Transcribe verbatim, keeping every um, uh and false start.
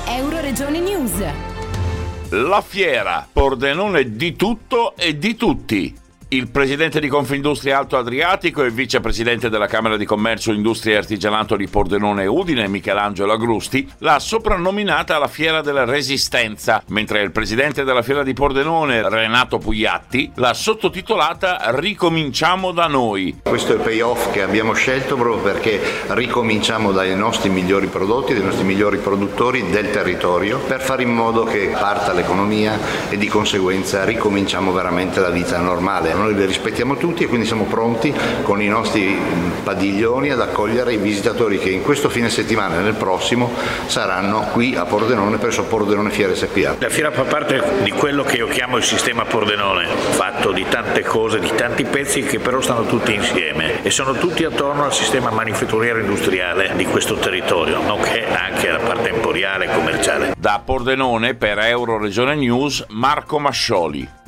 Euroregione News. La fiera, Pordenone di tutto e di tutti. Il presidente di Confindustria Alto Adriatico e vicepresidente della Camera di Commercio, Industria e Artigianato di Pordenone e Udine, Michelangelo Agrusti, l'ha soprannominata la Fiera della Resistenza, mentre il presidente della Fiera di Pordenone, Renato Pugliatti, l'ha sottotitolata Ricominciamo da noi. Questo è il payoff che abbiamo scelto proprio perché ricominciamo dai nostri migliori prodotti, dai nostri migliori produttori del territorio, per fare in modo che parta l'economia e di conseguenza ricominciamo veramente la vita normale. Noi li rispettiamo tutti e quindi siamo pronti con i nostri padiglioni ad accogliere i visitatori che in questo fine settimana e nel prossimo saranno qui a Pordenone presso Pordenone Fiere S P A. La fiera fa parte di quello che io chiamo il sistema Pordenone, fatto di tante cose, di tanti pezzi che però stanno tutti insieme e sono tutti attorno al sistema manifatturiero industriale di questo territorio, nonché anche alla parte emporiale e commerciale. Da Pordenone per Euroregione News, Marco Mascioli.